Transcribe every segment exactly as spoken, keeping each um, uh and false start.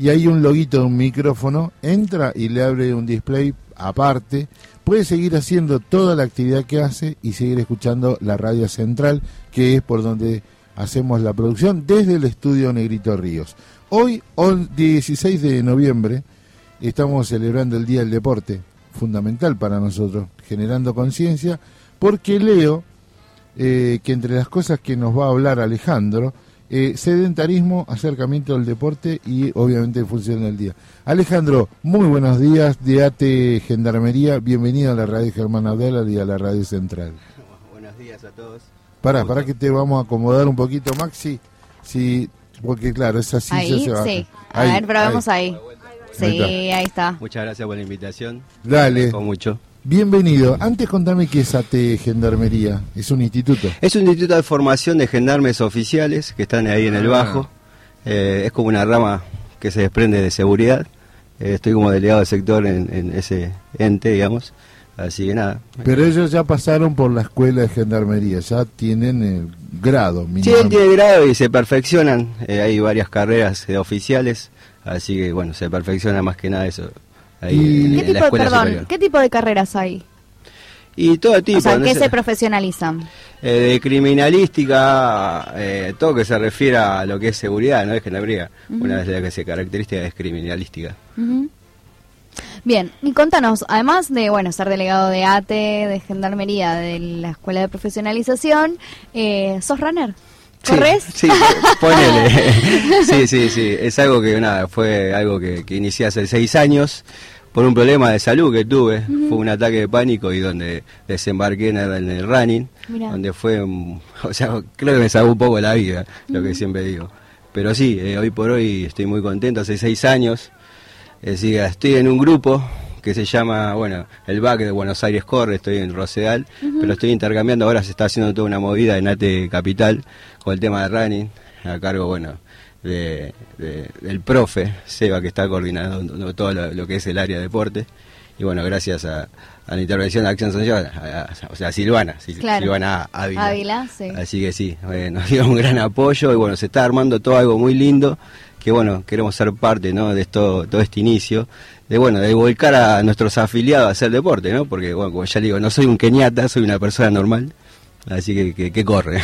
y hay un loguito de un micrófono, entra y le abre un display aparte, puede seguir haciendo toda la actividad que hace y seguir escuchando la radio central, que es por donde hacemos la producción desde el estudio Negrito Ríos. Hoy, dieciséis de noviembre, estamos celebrando el Día del Deporte, fundamental para nosotros, generando conciencia, porque leo eh, que entre las cosas que nos va a hablar Alejandro, eh, sedentarismo, acercamiento al deporte y obviamente en función del día. Alejandro, muy buenos días, de A T E Gendarmería, bienvenido a la radio Germán Abdala y a la radio central. Buenos días a todos. Pará, pará que te vamos a acomodar un poquito, Maxi, si, porque claro, esa silla ahí, se baja. Sí, a ahí, ver, probemos ahí. ahí. Sí, ahí está. ahí está. Muchas gracias por la invitación. Dale. Con mucho. Bienvenido. Antes contame qué es A T E Gendarmería. Es un instituto. Es un instituto de formación de gendarmes oficiales que están ahí en el Bajo. Eh, es como una rama que se desprende de seguridad. Eh, estoy como delegado de sector en, en ese ente, digamos. Así que nada. Pero ellos ya pasaron por la escuela de gendarmería, ya tienen el grado mínimo. Sí, tiene grado y se perfeccionan. Eh, hay varias carreras de oficiales, así que bueno, se perfecciona más que nada eso. Ahí Y- en, ¿Qué en tipo, la escuela perdón, superior. ¿qué tipo de carreras hay? Y todo tipo. O sea, ¿en no qué sé, se profesionalizan? eh, de criminalística, eh, todo que se refiere a lo que es seguridad, no es gendarmería. Ujú. Una de las características es criminalística. Ujú. Bien, y contanos, además de bueno ser delegado de A T E, de Gendarmería, de la Escuela de Profesionalización, eh, ¿sos runner? ¿Corres? Sí, sí, ponele. Sí, sí, sí. Es algo que, nada, fue algo que, que inicié hace seis años por un problema de salud que tuve. Ujú. Fue un ataque de pánico y donde desembarqué en el, en el running, Mirá. donde fue, un- o sea, creo que me salvó un poco la vida, lo que siempre digo. Pero sí, eh, hoy por hoy estoy muy contento, hace seis años. Es decir, estoy en un grupo que se llama, bueno, el B A C de Buenos Aires Corre, estoy en Rosedal, Ujú. pero estoy intercambiando, ahora se está haciendo toda una movida en A T E Capital con el tema de running, a cargo, bueno, de, de- del profe, Seba, que está coordinando todo lo, lo que es el área de deporte, y bueno, gracias a, a la intervención de Acción Social, a- a- o sea, Silvana, Sil- Claro. Silvana Ávila. Ávila, sí. Así que sí, eh, nos dio un gran apoyo y bueno, se está armando todo algo muy lindo, que bueno, queremos ser parte, ¿no?, de esto, todo este inicio, de bueno, de volcar a nuestros afiliados a hacer deporte, ¿no? Porque bueno, como ya digo, no soy un keniata, soy una persona normal, así que, que, que corre.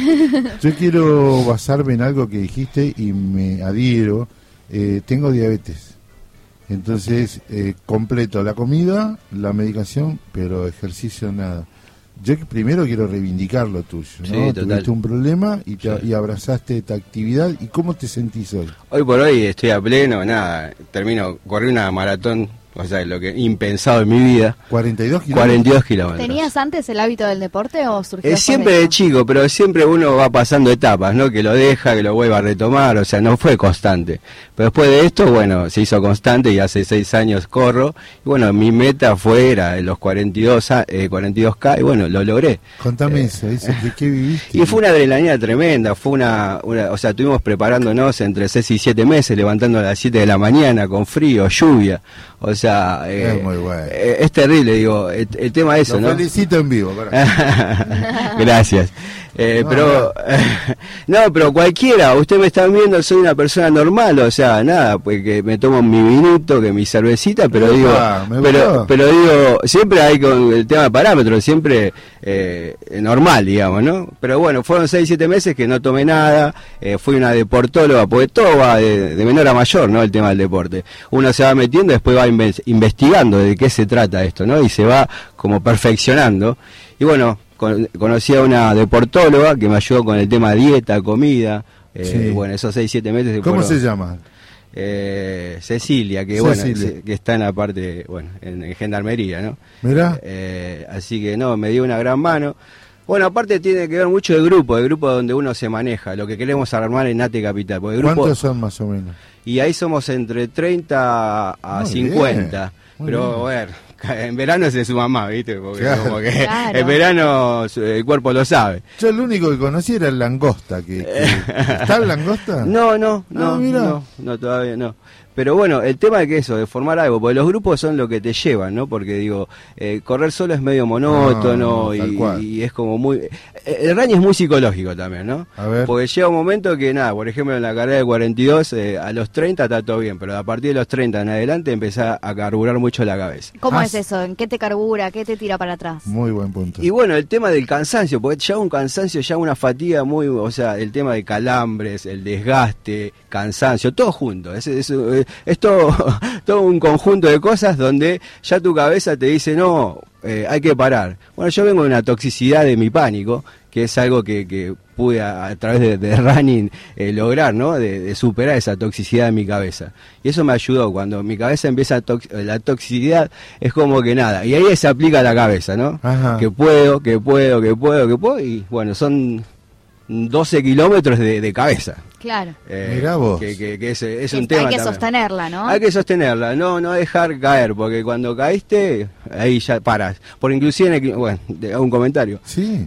Yo quiero basarme en algo que dijiste y me adhiero. Eh, tengo diabetes. Entonces, eh, completo la comida, la medicación, pero ejercicio nada. Yo que primero quiero reivindicar lo tuyo, ¿no? Sí, total. Tuviste un problema y, te- Sí. y abrazaste esta actividad. ¿Y cómo te sentís hoy? Hoy por hoy estoy a pleno, nada, termino, corrí una maratón, o sea, lo que impensado en mi vida, ¿cuarenta y dos kilómetros? cuarenta y dos kilómetros. ¿Tenías antes el hábito del deporte o surgió Eh, después siempre de de eso? chico, pero siempre uno va pasando etapas, ¿no? Que lo deja, que lo vuelva a retomar, o sea, no fue constante. Pero después de esto, bueno, se hizo constante y hace seis años corro. Y bueno, mi meta fue, era en los cuarenta y dos, a- eh, cuarenta y dos K, y bueno, lo logré. Contame Eh, eso, eso, ¿de qué viviste? Y fue una adrenalina tremenda, fue una, una, o sea, estuvimos preparándonos entre seis y siete meses, levantando a las siete de la mañana, con frío, lluvia, o sea, eh, Es muy bueno. eh, es terrible, digo, el, el tema es eso, Lo ¿no? felicito en vivo. pará. Gracias. Eh, No, pero no, pero cualquiera, usted me está viendo, soy una persona normal, o sea, nada, pues que me tomo mi vinito, que mi cervecita, pero Me digo, gusta, me pero gustó. pero digo, siempre hay con el tema de parámetros, siempre eh, normal, digamos, ¿no? Pero bueno, fueron seis, siete meses que no tomé nada, eh, fui una deportóloga, porque todo va de, de menor a mayor, ¿no? El tema del deporte. Uno se va metiendo, después va inve- investigando de qué se trata esto, ¿no? Y se va como perfeccionando. Y bueno, con- conocí a una deportóloga que me ayudó con el tema de dieta, comida, eh, Sí. bueno, esos seis, siete meses. ¿Cómo fueron- se llama? eh, Cecilia, que Cecilia. bueno, se- que está en la parte, bueno, en, en gendarmería, ¿no? Mirá. Eh, así que no, me dio una gran mano. Bueno, aparte tiene que ver mucho el grupo, el grupo donde uno se maneja, lo que queremos armar en A T E Capital. Porque el grupo, ¿Cuántos son más o menos? y ahí somos entre treinta a Muy cincuenta. bien, muy Pero, bien. a ver, en verano es de su mamá, ¿viste? Porque Claro. como que Claro. en verano su- el cuerpo lo sabe. Yo el único que conocí era el langosta. Que, que- ¿Está el langosta? No, no, Ah, no, mira. no, no, todavía no. Pero bueno, el tema de que eso, de formar algo, porque los grupos son lo que te llevan, ¿no? Porque digo, eh, correr solo es medio monótono No, no, tal y, cual. y es como muy... eh, El running es muy psicológico también, ¿no? A ver. Porque llega un momento que nada, por ejemplo en la carrera de cuarenta y dos, eh, a los treinta está todo bien, pero a partir de los treinta en adelante empieza a carburar mucho la cabeza. ¿Cómo Ah, es eso? ¿En qué te carbura? ¿Qué te tira para atrás? Muy buen punto. Y bueno, el tema del cansancio, porque ya un cansancio, ya una fatiga muy, o sea, el tema de calambres, el desgaste, cansancio, todo junto. Es, es, es todo, todo un conjunto de cosas donde ya tu cabeza te dice, no, eh, hay que parar. Bueno, yo vengo de una toxicidad de mi pánico, que es algo que, que pude a, a través de, de running eh, lograr, ¿no? De, de superar esa toxicidad de mi cabeza. Y eso me ayudó. Cuando mi cabeza empieza a tox- la toxicidad, es como que nada. Y ahí se aplica a la cabeza, ¿no? Ajá. Que puedo, que puedo, que puedo, que puedo. Y bueno, son doce kilómetros de, de cabeza. Claro. Eh, Mirá vos. Que, que- que es, es Que un hay tema que también. sostenerla, ¿no? Hay que sostenerla, no no dejar caer, porque cuando caíste, ahí ya paras. Por inclusive, en el, bueno, de- hago un comentario. Sí.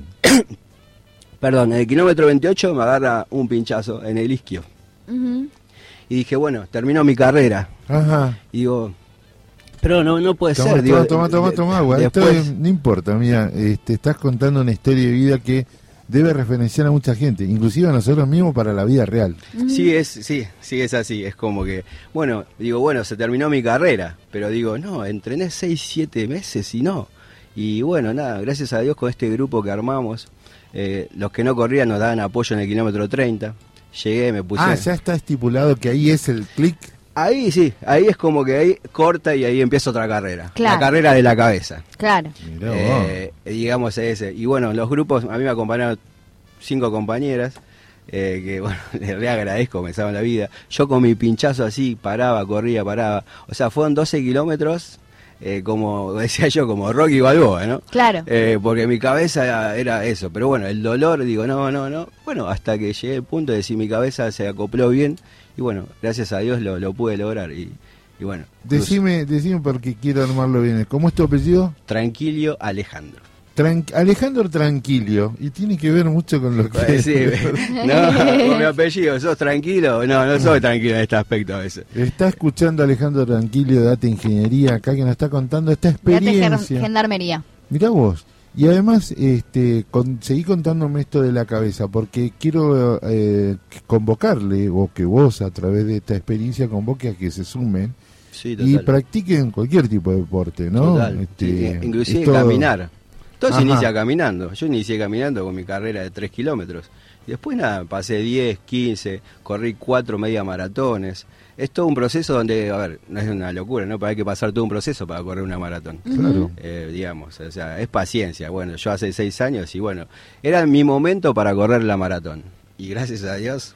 Perdón, en el kilómetro veintiocho me agarra un pinchazo en el isquio. Ujú. Y dije, bueno, terminó mi carrera. Ajá. Y digo, pero no no puede Toma, ser. digo, toma, toma, toma, de- toma agua. Esto después- es- no importa, mira, este, estás contando una historia de vida que debe referenciar a mucha gente, inclusive a nosotros mismos para la vida real. Sí, es, sí, sí, es así. Es como que, bueno, digo, bueno, se terminó mi carrera. Pero digo, no, entrené seis, siete meses y no. Y bueno, nada, gracias a Dios con este grupo que armamos, eh, los que no corrían nos daban apoyo en el kilómetro treinta. Llegué, me puse... Ah, ya está estipulado que ahí es el clic. Ahí sí, ahí es como que ahí corta y ahí empieza otra carrera. Claro. La carrera de la cabeza. Claro. Mirá vos. Eh, digamos ese. Y bueno, los grupos, a mí me acompañaron cinco compañeras, eh, que bueno, les re agradezco, me salvan la vida. Yo con mi pinchazo así, paraba, corría, paraba. O sea, fueron doce kilómetros, eh, como decía yo, como Rocky Balboa, ¿no? Claro. Eh, porque mi cabeza era, era eso. Pero bueno, el dolor, digo, no, no, no. Bueno, hasta que llegué al punto de decir, mi cabeza se acopló bien. Y bueno, gracias a Dios lo, lo pude lograr. Y, y bueno, Decime, decime porque quiero armarlo bien. ¿Cómo es tu apellido? Tranquilio Alejandro. Tran- Alejandro Tranquilio. Y tiene que ver mucho con lo que... Sí, no, con mi apellido, ¿sos tranquilo? No, no soy tranquilo en este aspecto a veces. Está escuchando a Alejandro Tranquilio de Data Ingeniería acá que nos está contando esta Fíjate, gen- experiencia. gendarmería. Mirá vos. Y además, este, con, seguí contándome esto de la cabeza, porque quiero eh, convocarle, o que vos a través de esta experiencia convoque a que se sumen Sí, y total. practiquen cualquier tipo de deporte, ¿no? Total. Este, Sí, inclusive es todo- caminar. Todo Ajá. se inicia caminando. Yo inicié caminando con mi carrera de tres kilómetros. Y después nada, pasé diez, quince, corrí cuatro media maratones. Es todo un proceso donde, a ver, no es una locura, ¿no? Pero hay que pasar todo un proceso para correr una maratón. Claro. Eh, digamos, o sea, es paciencia. Bueno, yo hace seis años y bueno, era mi momento para correr la maratón. Y gracias a Dios,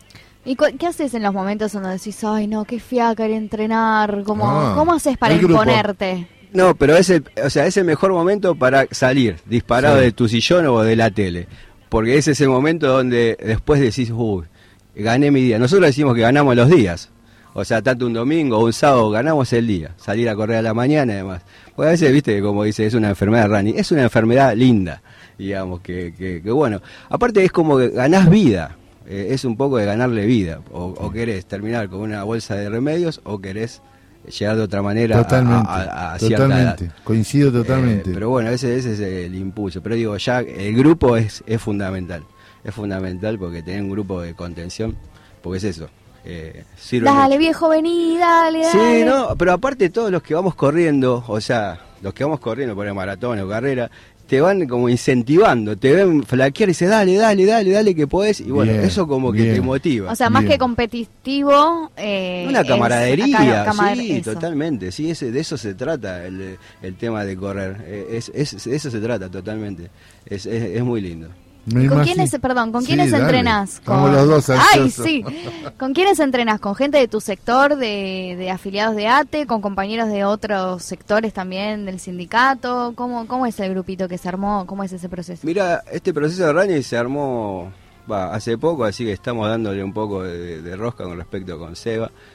¿Y cu- qué haces en los momentos donde decís, ay, no, qué fiaca ir a entrenar? ¿Cómo, Ah, ¿cómo haces para el grupo. imponerte? no, pero es el, o sea, es el mejor momento para salir disparado Sí. de tu sillón o de la tele. Porque ese es el momento donde después decís, uy, gané mi día. Nosotros decimos que ganamos los días. O sea, tanto un domingo o un sábado, ganamos el día. Salir a correr a la mañana, además. Porque a veces, viste, como dice, es una enfermedad running. Es una enfermedad linda, digamos, que, que, que bueno. Aparte es como que ganás vida. Eh, es un poco de ganarle vida. O, o querés terminar con una bolsa de remedios o querés llegar de otra manera a- Totalmente, a, a- a cierta totalmente. edad. Coincido totalmente. Eh, pero bueno, ese, ese es el impulso. Pero digo, ya el grupo es, es fundamental. Es fundamental porque tener un grupo de contención, porque es eso. Eh, sirve Dale, mucho. viejo, vení, dale, Sí, dale. no, pero aparte todos los que vamos corriendo, o sea, los que vamos corriendo por el maratón o carrera, te van como incentivando, te ven flaquear y dices, dale, dale, dale, dale que podés. Y bueno, Bien, eso como que bien. te motiva. O sea, más Bien. que competitivo... Eh, Una es- camaradería, acá- camar- sí, eso. totalmente, sí, ese, de eso se trata el, el tema de correr, eh, es, es, eso se trata totalmente, es, es, es muy lindo. Me ¿Con imagino- quiénes, perdón, con Sí, quiénes dale. entrenás? Estamos los dos Ay, ansiosos. sí. ¿Con quiénes entrenás? ¿Con gente de tu sector, de, de afiliados de A T E? ¿Con compañeros de otros sectores también del sindicato? ¿Cómo, ¿Cómo es el grupito que se armó? ¿Cómo es ese proceso? Mira, este proceso de running se armó va, hace poco, así que estamos dándole un poco de, de rosca con respecto con Seba,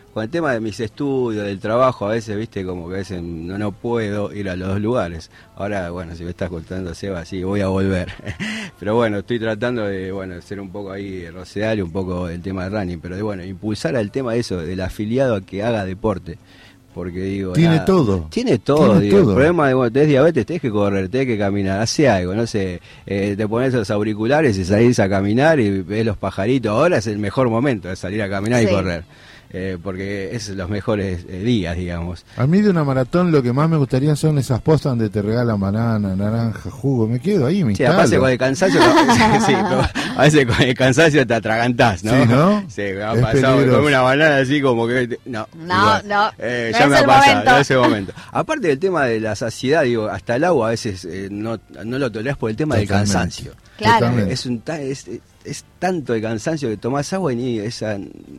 con el tema de mis estudios, del trabajo, a veces, viste, como que a veces no, no puedo ir a los dos lugares. Ahora, bueno, si me estás contando, Seba, sí, voy a volver. Pero bueno, estoy tratando de, bueno, ser un poco ahí rocear y un poco el tema de running, pero de, bueno, impulsar al tema de eso, del afiliado a que haga deporte. Porque digo, tiene nada, todo. Tiene todo, tiene digo. todo. El problema de, bueno, tenés diabetes, tenés que correr, tenés que caminar, hace algo, no sé, eh, te pones los auriculares y salís a caminar y ves los pajaritos. Ahora es el mejor momento de salir a caminar sí. y correr. Eh, porque es los mejores eh, días, digamos. A mí de una maratón lo que más me gustaría son esas postas donde te regalan banana, naranja, jugo. Me quedo ahí, me sí, instalo. aparte con el cansancio, no, sí, pero a veces con el cansancio te atragantás, ¿no? Sí, ¿no? Sí, me ha pasado con una banana así como que... No, no, igual, no, eh, no ya es me ha el pasado, momento. no es el momento. Aparte del tema de la saciedad, digo, hasta el agua a veces eh, no, no lo tolerás por el tema Totalmente. del cansancio. Claro. Es, un ta es, es, es tanto el cansancio que tomás agua y ni esa,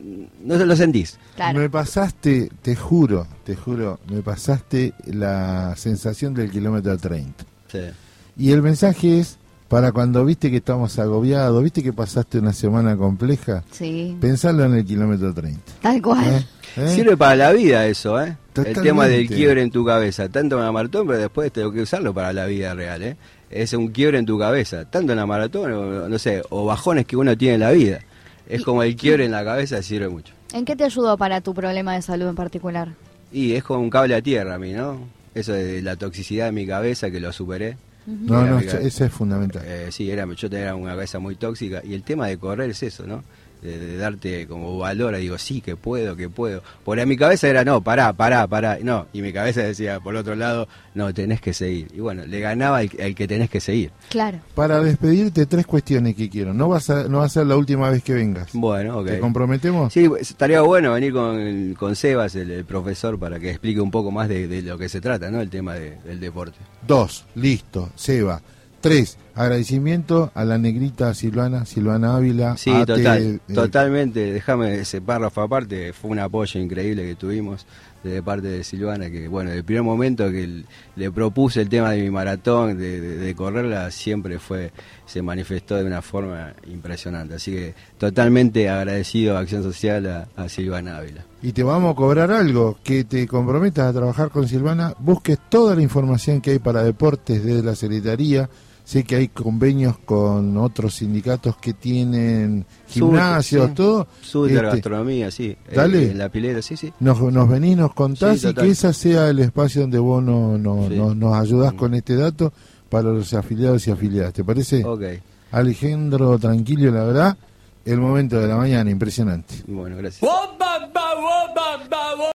no lo sentís. Claro. Me pasaste, te juro, te juro, me pasaste la sensación del kilómetro treinta. Sí. Y el mensaje es, para cuando viste que estamos agobiados, viste que pasaste una semana compleja, sí. pensalo en el kilómetro treinta. Tal cual. ¿Eh? ¿Eh? Sirve para la vida eso, ¿eh? Totalmente. El tema del quiebre en tu cabeza, tanto en la maratón, pero después tengo que usarlo para la vida real, ¿eh? Es un quiebre en tu cabeza, tanto en la maratón, o, no sé, o bajones que uno tiene en la vida. Es y, como el quiebre en la cabeza, sirve mucho. ¿En qué te ayudó para tu problema de salud en particular? Y es como un cable a tierra a mí, ¿no? Eso de la toxicidad de mi cabeza que lo superé. Uh-huh. No, no, eso es fundamental. Eh, sí, era, yo tenía una cabeza muy tóxica y el tema de correr es eso, ¿no? De, de darte como valor, digo, sí, que puedo, que puedo. Porque a mi cabeza era, no, pará, pará, pará, no. Y mi cabeza decía, por otro lado, no, tenés que seguir. Y bueno, le ganaba al, al que tenés que seguir. Claro. Para despedirte, tres cuestiones que quiero. No vas a, no va a ser la última vez que vengas. Bueno, ok. ¿Te comprometemos? Sí, estaría bueno venir con, con Sebas, el, el profesor, para que explique un poco más de, de lo que se trata, ¿no? El tema de, del deporte. Dos, listo, Seba. Tres, agradecimiento a la negrita Silvana, Silvana Ávila. Sí, a total, te, totalmente, déjame ese párrafo aparte, fue un apoyo increíble que tuvimos de parte de Silvana, que bueno, el primer momento que el, le propuse el tema de mi maratón, de, de, de correrla, siempre fue, se manifestó de una forma impresionante, así que totalmente agradecido a Acción Social a, a Silvana Ávila. Y te vamos a cobrar algo, que te comprometas a trabajar con Silvana, busques toda la información que hay para deportes desde la Secretaría. Sé que hay convenios con otros sindicatos que tienen gimnasios, sí. todo. Sur de gastronomía, sí. Dale. Eh, en la pileta, sí, sí. Nos, nos venís, nos contás, sí, y que ese sea el espacio donde vos no, no, sí. no, nos ayudás mm. con este dato para los afiliados y afiliadas. ¿Te parece? Ok. Alejandro, tranquilo, la verdad, el momento de la mañana, impresionante. Bueno, gracias.